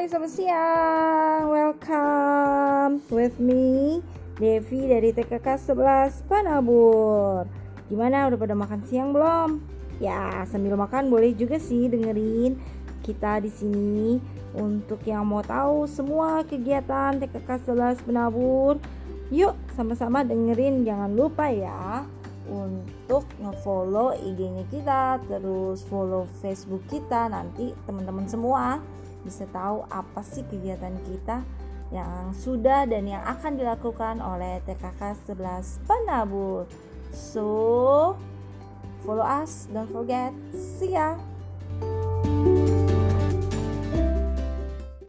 selamat siang. Welcome with me, Devi dari TKK 11 Panabur. Gimana, udah pada makan siang belum? Ya, sambil makan boleh juga sih dengerin kita di sini. Untuk yang mau tahu semua kegiatan TKK 11 Panabur, yuk sama-sama dengerin. Jangan lupa ya untuk nge-follow IG-nya kita, terus follow Facebook kita. Nanti teman-teman semua bisa tahu apa sih kegiatan kita yang sudah dan yang akan dilakukan oleh TKK 11 Panabur. So, follow us, don't forget. See ya.